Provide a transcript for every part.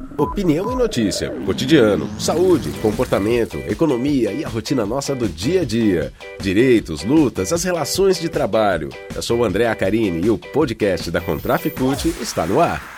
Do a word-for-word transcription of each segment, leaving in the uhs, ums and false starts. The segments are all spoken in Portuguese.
Opinião e notícia, cotidiano, saúde, comportamento, economia e a rotina nossa do dia a dia. Direitos, lutas, as relações de trabalho. Eu sou o André Acarini e o podcast da Contraficute está no ar.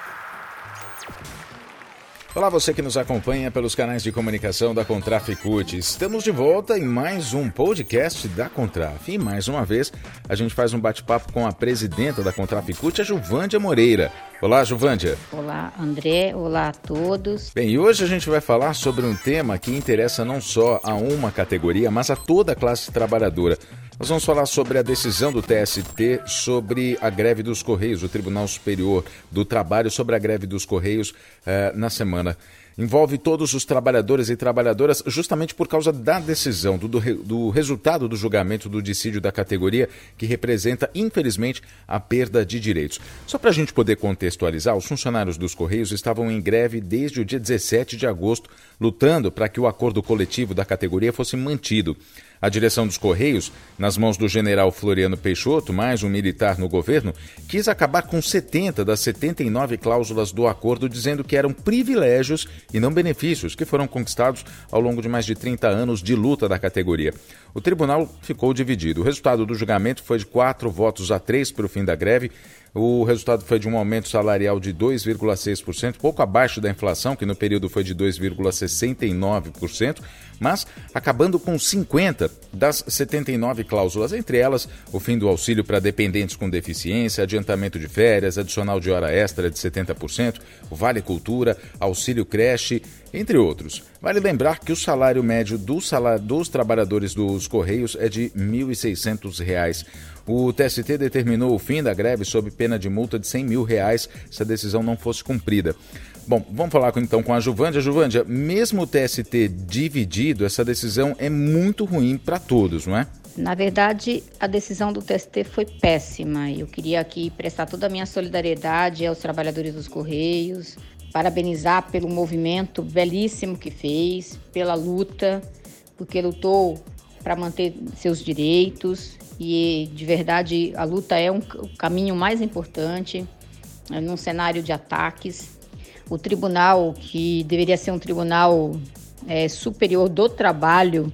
Olá, você que nos acompanha pelos canais de comunicação da Contraficute. Estamos de volta em mais um podcast da Contraf. E mais uma vez, a gente faz um bate-papo com a presidenta da Contraficute, a Juvândia Moreira. Olá, Juvândia. Olá, André. Olá a todos. Bem, e hoje a gente vai falar sobre um tema que interessa não só a uma categoria, mas a toda a classe trabalhadora. Nós vamos falar sobre a decisão do T S T sobre a greve dos Correios, o Tribunal Superior do Trabalho sobre a greve dos Correios eh, na semana. Envolve todos os trabalhadores e trabalhadoras justamente por causa da decisão, do, do, do resultado do julgamento do dissídio da categoria, que representa, infelizmente, a perda de direitos. Só para a gente poder contextualizar, os funcionários dos Correios estavam em greve desde o dia dezessete de agosto, lutando para que o acordo coletivo da categoria fosse mantido. A direção dos Correios, nas mãos do general Floriano Peixoto, mais um militar no governo, quis acabar com setenta das setenta e nove cláusulas do acordo, dizendo que eram privilégios e não benefícios que foram conquistados ao longo de mais de trinta anos de luta da categoria. O tribunal ficou dividido. O resultado do julgamento foi de quatro votos a três para o fim da greve. O resultado foi de um aumento salarial de dois vírgula seis por cento, pouco abaixo da inflação, que no período foi de dois vírgula sessenta e nove por cento, mas acabando com cinquenta das setenta e nove cláusulas, entre elas o fim do auxílio para dependentes com deficiência, adiantamento de férias, adicional de hora extra de setenta por cento, o Vale Cultura, auxílio creche, entre outros. Vale lembrar que o salário médio do salário dos trabalhadores dos Correios é de mil e seiscentos reais. O T S T determinou o fim da greve sob pena de multa de cem mil reais se a decisão não fosse cumprida. Bom, vamos falar então com a Juvândia. Juvândia, mesmo o T S T dividido, essa decisão é muito ruim para todos, não é? Na verdade, a decisão do T S T foi péssima. Eu queria aqui prestar toda a minha solidariedade aos trabalhadores dos Correios, parabenizar pelo movimento belíssimo que fez, pela luta, porque lutou para manter seus direitos e, de verdade, a luta é um, o caminho mais importante é, num cenário de ataques. O tribunal, que deveria ser um tribunal é, superior do trabalho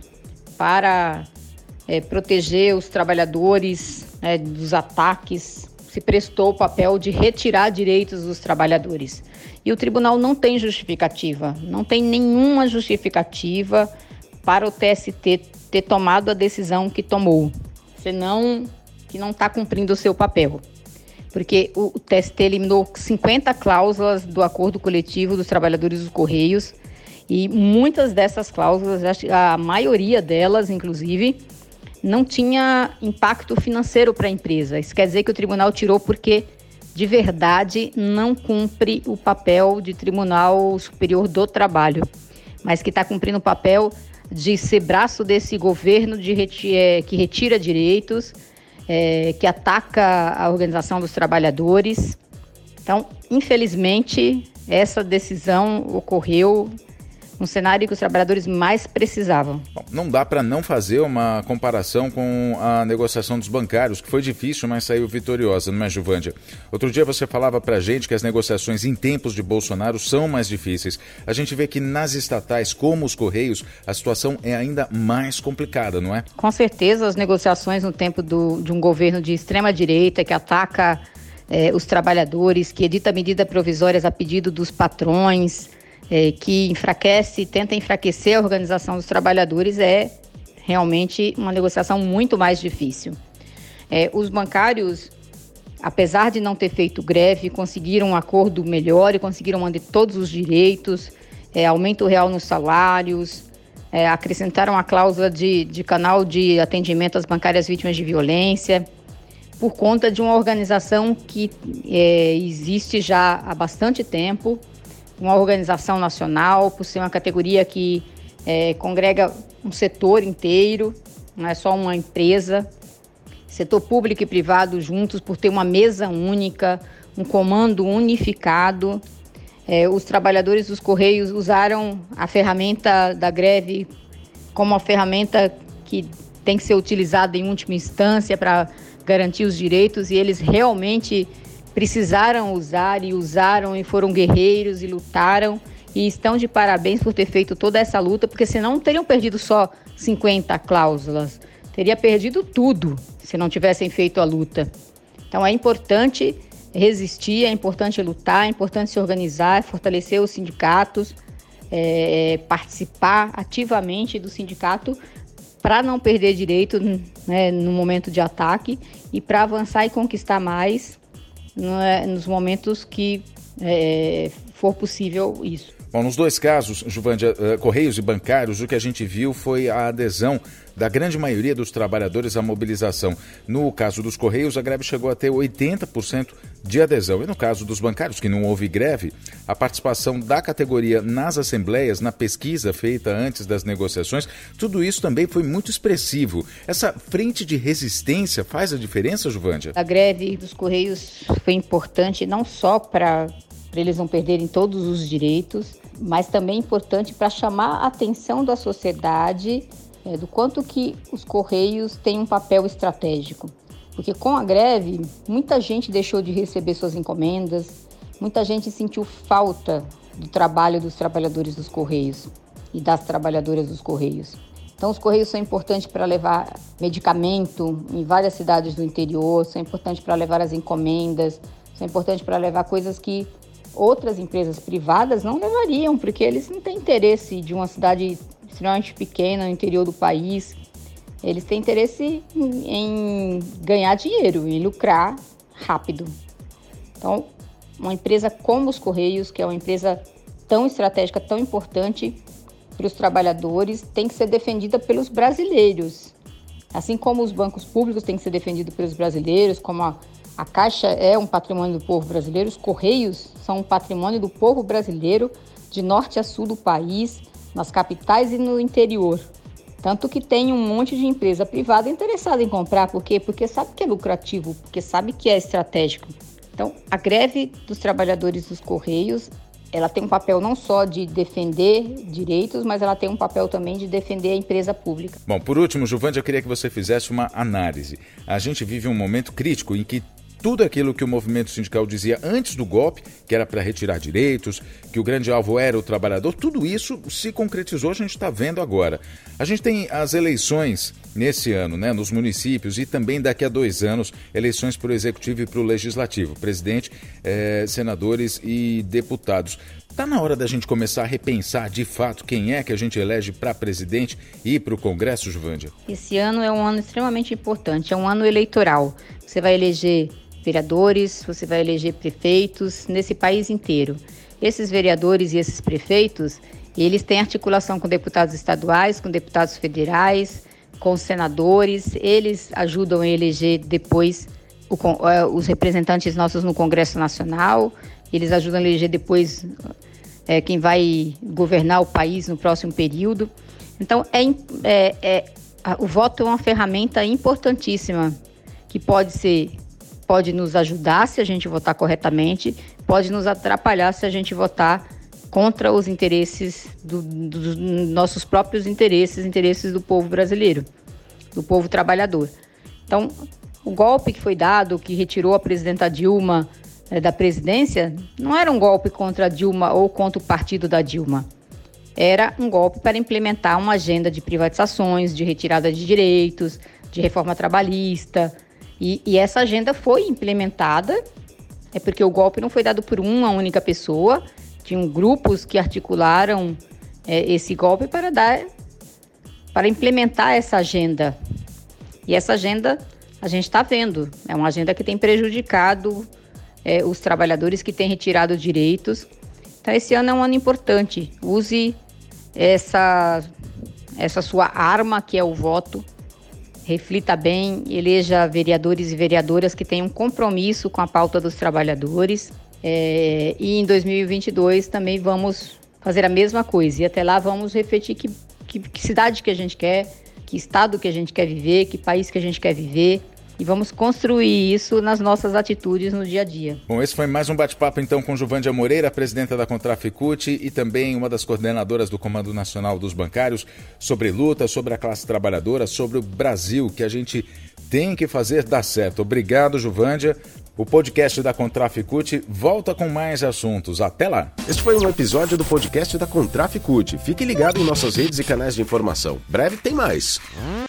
para é, proteger os trabalhadores é, dos ataques, se prestou o papel de retirar direitos dos trabalhadores. E o tribunal não tem justificativa, não tem nenhuma justificativa para o T S T ter tomado a decisão que tomou, senão que não está cumprindo o seu papel. Porque o T S T eliminou cinquenta cláusulas do acordo coletivo dos trabalhadores dos Correios e muitas dessas cláusulas, a maioria delas, inclusive, não tinha impacto financeiro para a empresa. Isso quer dizer que o tribunal tirou porque, de verdade, não cumpre o papel de Tribunal Superior do Trabalho, mas que está cumprindo o papel de ser braço desse governo de reti- é, que retira direitos, é, que ataca a organização dos trabalhadores. Então, infelizmente, essa decisão ocorreu um cenário que os trabalhadores mais precisavam. Bom, não dá para não fazer uma comparação com a negociação dos bancários, que foi difícil, mas saiu vitoriosa, não é, Juvândia? Outro dia você falava para a gente que as negociações em tempos de Bolsonaro são mais difíceis. A gente vê que nas estatais, como os Correios, a situação é ainda mais complicada, não é? Com certeza, as negociações no tempo do, de um governo de extrema-direita que ataca eh, os trabalhadores, que edita medidas provisórias a pedido dos patrões, É, que enfraquece, tenta enfraquecer a organização dos trabalhadores, é realmente uma negociação muito mais difícil. É, os bancários, apesar de não ter feito greve, conseguiram um acordo melhor e conseguiram manter todos os direitos, é, aumento real nos salários, é, acrescentaram a cláusula de, de canal de atendimento às bancárias vítimas de violência, por conta de uma organização que é, existe já há bastante tempo, uma organização nacional, por ser uma categoria que é, congrega um setor inteiro, não é só uma empresa, setor público e privado juntos, por ter uma mesa única, um comando unificado. É, os trabalhadores dos Correios usaram a ferramenta da greve como uma ferramenta que tem que ser utilizada em última instância para garantir os direitos, e eles realmente precisaram usar e usaram e foram guerreiros e lutaram e estão de parabéns por ter feito toda essa luta, porque senão não teriam perdido só cinquenta cláusulas, teria perdido tudo se não tivessem feito a luta. Então é importante resistir, é importante lutar, é importante se organizar, fortalecer os sindicatos, é, participar ativamente do sindicato para não perder direito, né, no momento de ataque e para avançar e conquistar mais, né, nos momentos que é, for possível isso. Bom, nos dois casos, Juvândia, uh, Correios e bancários, o que a gente viu foi a adesão da grande maioria dos trabalhadores à mobilização. No caso dos Correios, a greve chegou a ter oitenta por cento de adesão. E no caso dos bancários, que não houve greve, a participação da categoria nas assembleias, na pesquisa feita antes das negociações, tudo isso também foi muito expressivo. Essa frente de resistência faz a diferença, Juvândia? A greve dos Correios foi importante não só para eles não perderem todos os direitos, mas também importante para chamar a atenção da sociedade é, do quanto que os Correios têm um papel estratégico. Porque com a greve, muita gente deixou de receber suas encomendas, muita gente sentiu falta do trabalho dos trabalhadores dos Correios e das trabalhadoras dos Correios. Então, os Correios são importantes para levar medicamento em várias cidades do interior, são importantes para levar as encomendas, são importantes para levar coisas que outras empresas privadas não levariam, porque eles não têm interesse de uma cidade extremamente pequena no interior do país. Eles têm interesse em, em ganhar dinheiro, em lucrar rápido. Então, uma empresa como os Correios, que é uma empresa tão estratégica, tão importante para os trabalhadores, tem que ser defendida pelos brasileiros. Assim como os bancos públicos têm que ser defendidos pelos brasileiros, como a A Caixa é um patrimônio do povo brasileiro, os Correios são um patrimônio do povo brasileiro, de norte a sul do país, nas capitais e no interior. Tanto que tem um monte de empresa privada interessada em comprar. Por quê? Porque sabe que é lucrativo, porque sabe que é estratégico. Então, a greve dos trabalhadores dos Correios, ela tem um papel não só de defender direitos, mas ela tem um papel também de defender a empresa pública. Bom, por último, Juvândia, eu queria que você fizesse uma análise. A gente vive um momento crítico em que tudo aquilo que o movimento sindical dizia antes do golpe, que era para retirar direitos, que o grande alvo era o trabalhador, tudo isso se concretizou, a gente está vendo agora. A gente tem as eleições nesse ano, né, nos municípios, e também daqui a dois anos, eleições para o Executivo e para o Legislativo, presidente, eh, senadores e deputados. Está na hora da gente começar a repensar de fato quem é que a gente elege para presidente e para o Congresso, Juvândia? Esse ano é um ano extremamente importante, é um ano eleitoral. Você vai eleger vereadores, você vai eleger prefeitos nesse país inteiro. Esses vereadores e esses prefeitos, eles têm articulação com deputados estaduais, com deputados federais, com senadores, eles ajudam a eleger depois o, os representantes nossos no Congresso Nacional, eles ajudam a eleger depois é, quem vai governar o país no próximo período. Então, é, é, é, o voto é uma ferramenta importantíssima que pode ser pode nos ajudar se a gente votar corretamente, pode nos atrapalhar se a gente votar contra os interesses, do, dos nossos próprios interesses, interesses do povo brasileiro, do povo trabalhador. Então, o golpe que foi dado, que retirou a presidenta Dilma é, da presidência, não era um golpe contra a Dilma ou contra o partido da Dilma. Era um golpe para implementar uma agenda de privatizações, de retirada de direitos, de reforma trabalhista. E, e essa agenda foi implementada, é porque o golpe não foi dado por uma única pessoa, tinham grupos que articularam é, esse golpe para dar, para implementar essa agenda. E essa agenda a gente está vendo, é uma agenda que tem prejudicado é, os trabalhadores, que tem retirado direitos. Então esse ano é um ano importante, use essa, essa sua arma que é o voto, reflita bem, eleja vereadores e vereadoras que tenham compromisso com a pauta dos trabalhadores. É, e em dois mil e vinte e dois também vamos fazer a mesma coisa. E até lá vamos refletir que, que, que cidade que a gente quer, que estado que a gente quer viver, que país que a gente quer viver. E vamos construir isso nas nossas atitudes no dia a dia. Bom, esse foi mais um bate-papo então com Juvândia Moreira, presidenta da Contraficute e também uma das coordenadoras do Comando Nacional dos Bancários, sobre luta, sobre a classe trabalhadora, sobre o Brasil, que a gente tem que fazer dar certo. Obrigado, Juvândia. O podcast da Contraficute volta com mais assuntos. Até lá! Este foi um episódio do podcast da Contraficute. Fique ligado em nossas redes e canais de informação. Breve tem mais.